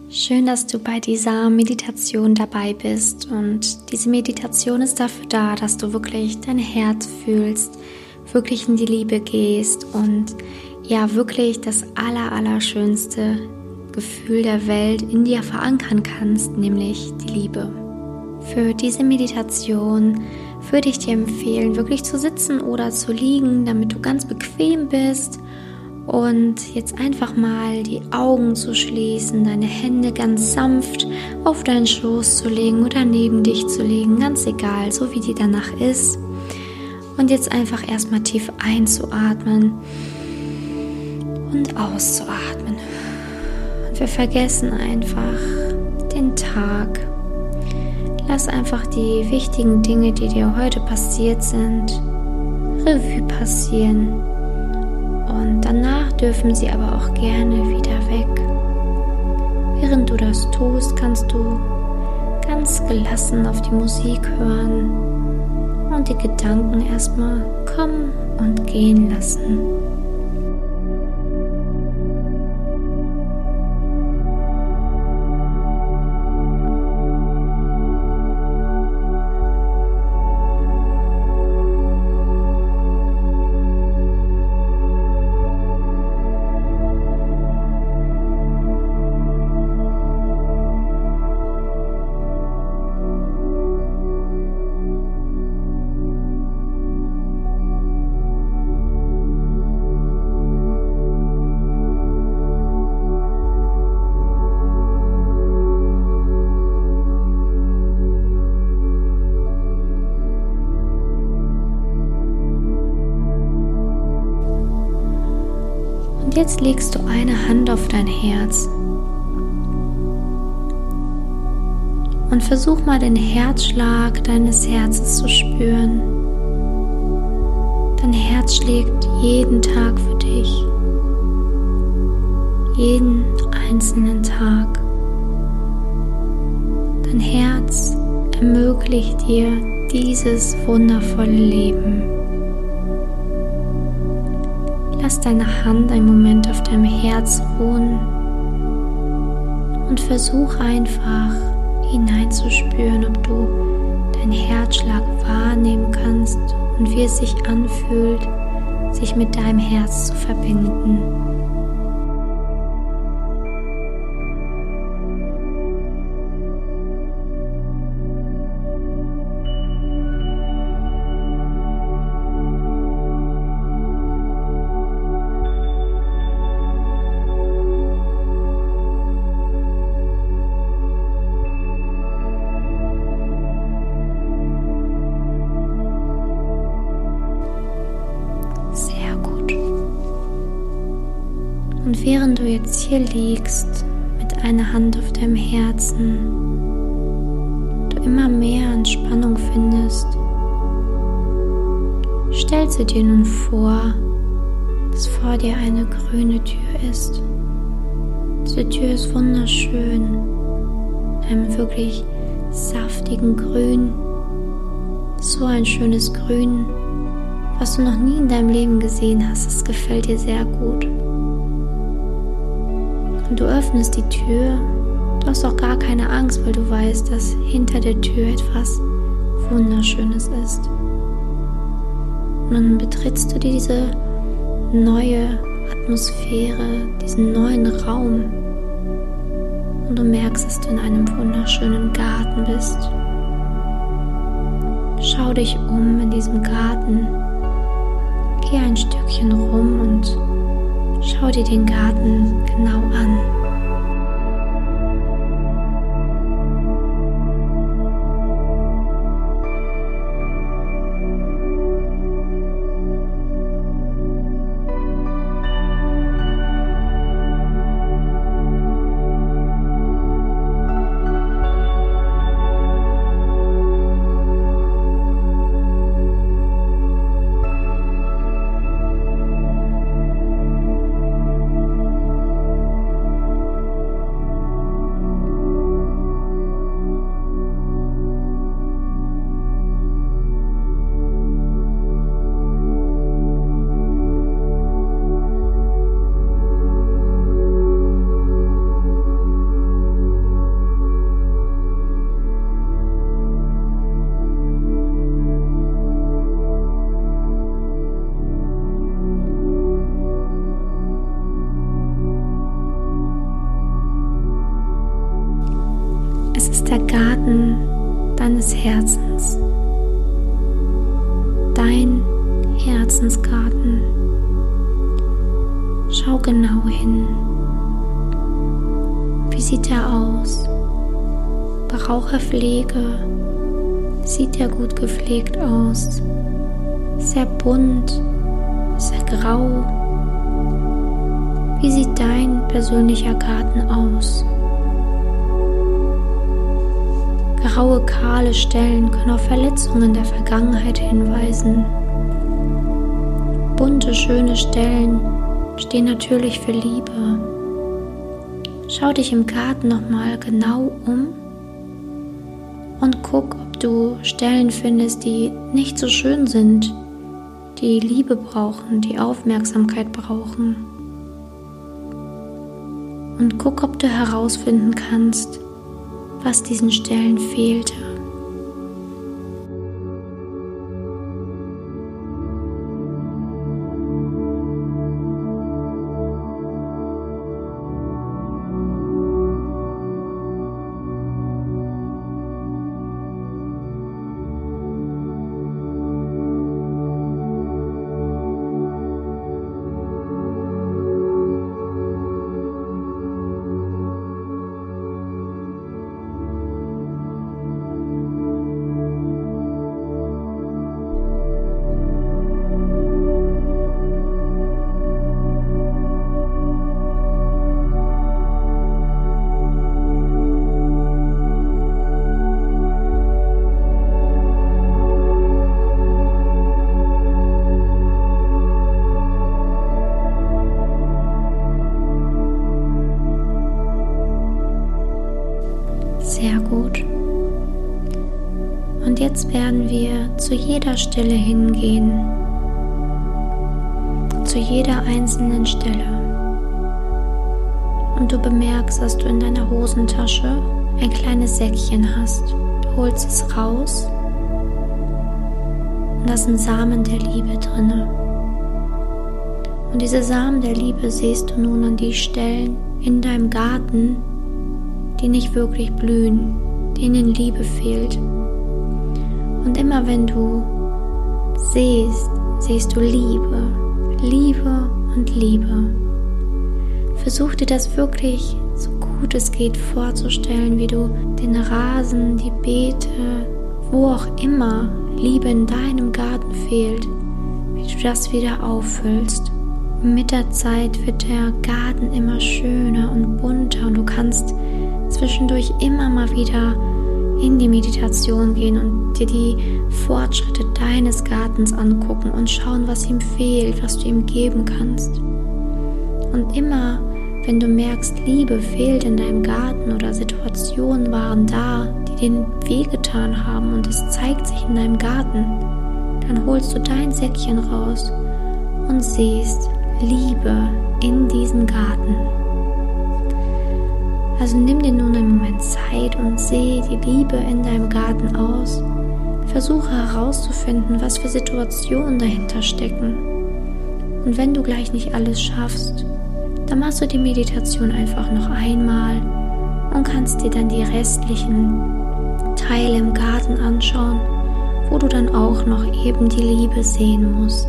Schön, dass du bei dieser Meditation dabei bist, und diese Meditation ist dafür da, dass du wirklich dein Herz fühlst, wirklich in die Liebe gehst und ja wirklich das allerschönste Gefühl der Welt in dir verankern kannst, nämlich die Liebe. Für diese Meditation würde ich dir empfehlen, wirklich zu sitzen oder zu liegen, damit du ganz bequem bist. Und jetzt einfach mal die Augen zu schließen, deine Hände ganz sanft auf deinen Schoß zu legen oder neben dich zu legen, ganz egal, so wie dir danach ist. Und jetzt einfach erstmal tief einzuatmen und auszuatmen. Und wir vergessen einfach den Tag. Lass einfach die wichtigen Dinge, die dir heute passiert sind, Revue passieren. Und danach dürfen sie aber auch gerne wieder weg. Während du das tust, kannst du ganz gelassen auf die Musik hören und die Gedanken erstmal kommen und gehen lassen. Und jetzt legst du eine Hand auf dein Herz und versuch mal den Herzschlag deines Herzens zu spüren. Dein Herz schlägt jeden Tag für dich, jeden einzelnen Tag. Dein Herz ermöglicht dir dieses wundervolle Leben. Lass deine Hand einen Moment auf deinem Herz ruhen und versuch einfach hineinzuspüren, ob du deinen Herzschlag wahrnehmen kannst und wie es sich anfühlt, sich mit deinem Herz zu verbinden. Und während du jetzt hier liegst, mit einer Hand auf deinem Herzen, du immer mehr Entspannung findest, stellst du dir nun vor, dass vor dir eine grüne Tür ist. Diese Tür ist wunderschön, einem wirklich saftigen Grün, so ein schönes Grün, was du noch nie in deinem Leben gesehen hast. Es gefällt dir sehr gut. Und du öffnest die Tür, du hast auch gar keine Angst, weil du weißt, dass hinter der Tür etwas Wunderschönes ist. Und dann betrittst du diese neue Atmosphäre, diesen neuen Raum, und du merkst, dass du in einem wunderschönen Garten bist. Schau dich um in diesem Garten, geh ein Stückchen rum und schau dir den Garten genau an. Es ist der Garten deines Herzens, dein Herzensgarten. Schau genau hin. Wie sieht er aus? Braucht er Pflege? Sieht er gut gepflegt aus? Ist er bunt? Ist er grau? Wie sieht dein persönlicher Garten aus? Graue, kahle Stellen können auf Verletzungen der Vergangenheit hinweisen. Bunte, schöne Stellen stehen natürlich für Liebe. Schau dich im Garten nochmal genau um und guck, ob du Stellen findest, die nicht so schön sind, die Liebe brauchen, die Aufmerksamkeit brauchen. Und guck, ob du herausfinden kannst, was diesen Stellen fehlte. Sehr gut. Und jetzt werden wir zu jeder Stelle hingehen, zu jeder einzelnen Stelle. Und du bemerkst, dass du in deiner Hosentasche ein kleines Säckchen hast. Du holst es raus und da sind Samen der Liebe drin. Und diese Samen der Liebe siehst du nun an die Stellen in deinem Garten, die nicht wirklich blühen, denen Liebe fehlt. Und immer wenn du siehst du Liebe, Liebe und Liebe. Versuch dir das wirklich so gut es geht vorzustellen, wie du den Rasen, die Beete, wo auch immer Liebe in deinem Garten fehlt, wie du das wieder auffüllst. Und mit der Zeit wird der Garten immer schöner und bunter und du kannst zwischendurch immer mal wieder in die Meditation gehen und dir die Fortschritte deines Gartens angucken und schauen, was ihm fehlt, was du ihm geben kannst. Und immer, wenn du merkst, Liebe fehlt in deinem Garten oder Situationen waren da, die dir wehgetan haben und es zeigt sich in deinem Garten, dann holst du dein Säckchen raus und siehst Liebe in diesem Garten. Also nimm dir nun einen Moment Zeit und sehe die Liebe in deinem Garten aus. Versuche herauszufinden, was für Situationen dahinter stecken. Und wenn du gleich nicht alles schaffst, dann machst du die Meditation einfach noch einmal und kannst dir dann die restlichen Teile im Garten anschauen, wo du dann auch noch eben die Liebe sehen musst.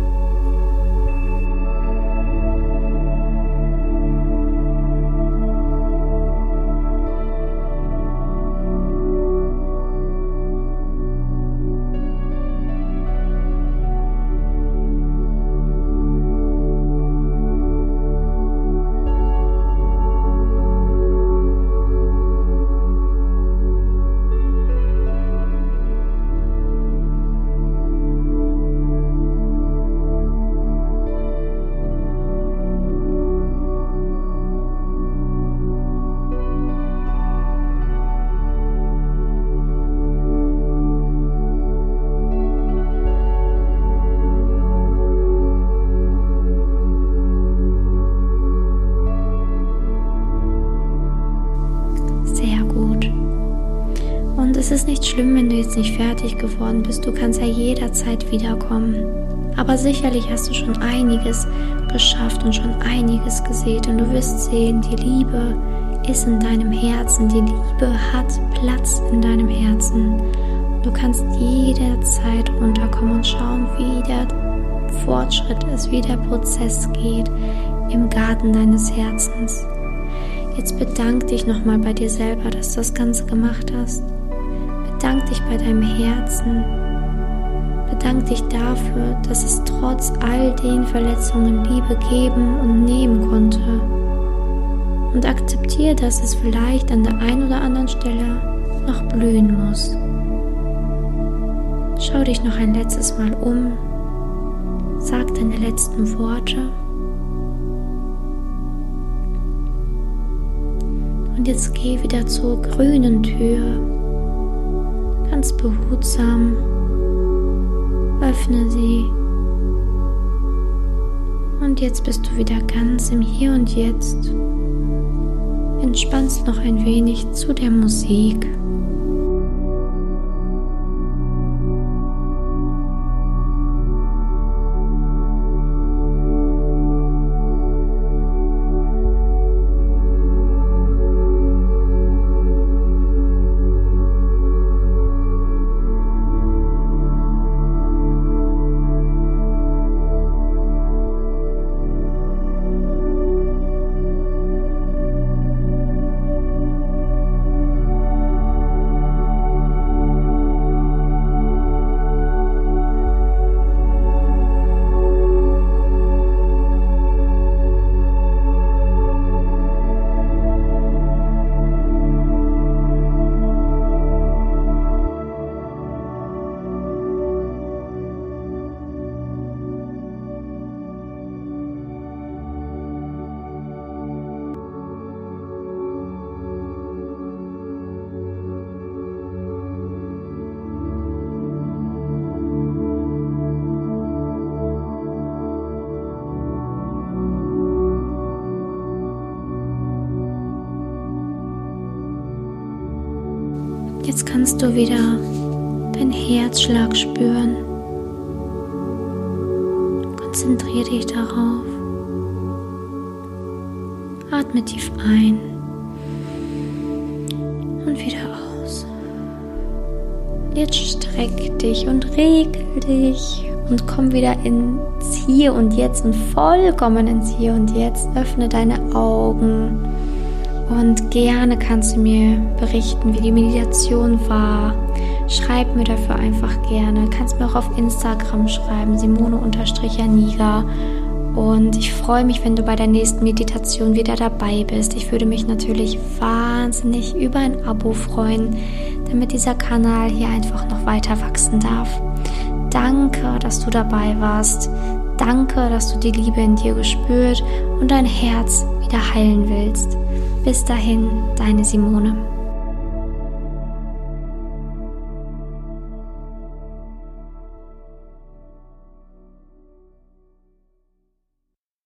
Es ist nicht schlimm, wenn du jetzt nicht fertig geworden bist. Du kannst ja jederzeit wiederkommen. Aber sicherlich hast du schon einiges geschafft und schon einiges gesehen. Und du wirst sehen, die Liebe ist in deinem Herzen. Die Liebe hat Platz in deinem Herzen. Du kannst jederzeit runterkommen und schauen, wie der Fortschritt ist, wie der Prozess geht im Garten deines Herzens. Jetzt bedank dich nochmal bei dir selber, dass du das Ganze gemacht hast. Bedank dich bei deinem Herzen. Bedank dich dafür, dass es trotz all den Verletzungen Liebe geben und nehmen konnte. Und akzeptiere, dass es vielleicht an der einen oder anderen Stelle noch blühen muss. Schau dich noch ein letztes Mal um. Sag deine letzten Worte. Und jetzt geh wieder zur grünen Tür. Ganz behutsam. Öffne sie. Und jetzt bist du wieder ganz im Hier und Jetzt. Entspannst noch ein wenig zu der Musik. Jetzt kannst du wieder deinen Herzschlag spüren. Konzentriere dich darauf. Atme tief ein und wieder aus. Jetzt streck dich und regel dich und komm wieder ins Hier und Jetzt und vollkommen ins Hier und Jetzt. Öffne deine Augen. Und gerne kannst du mir berichten, wie die Meditation war. Schreib mir dafür einfach gerne. Kannst mir auch auf Instagram schreiben, Simone_Janiga. Und ich freue mich, wenn du bei der nächsten Meditation wieder dabei bist. Ich würde mich natürlich wahnsinnig über ein Abo freuen, damit dieser Kanal hier einfach noch weiter wachsen darf. Danke, dass du dabei warst. Danke, dass du die Liebe in dir gespürt und dein Herz wieder heilen willst. Bis dahin, deine Simone.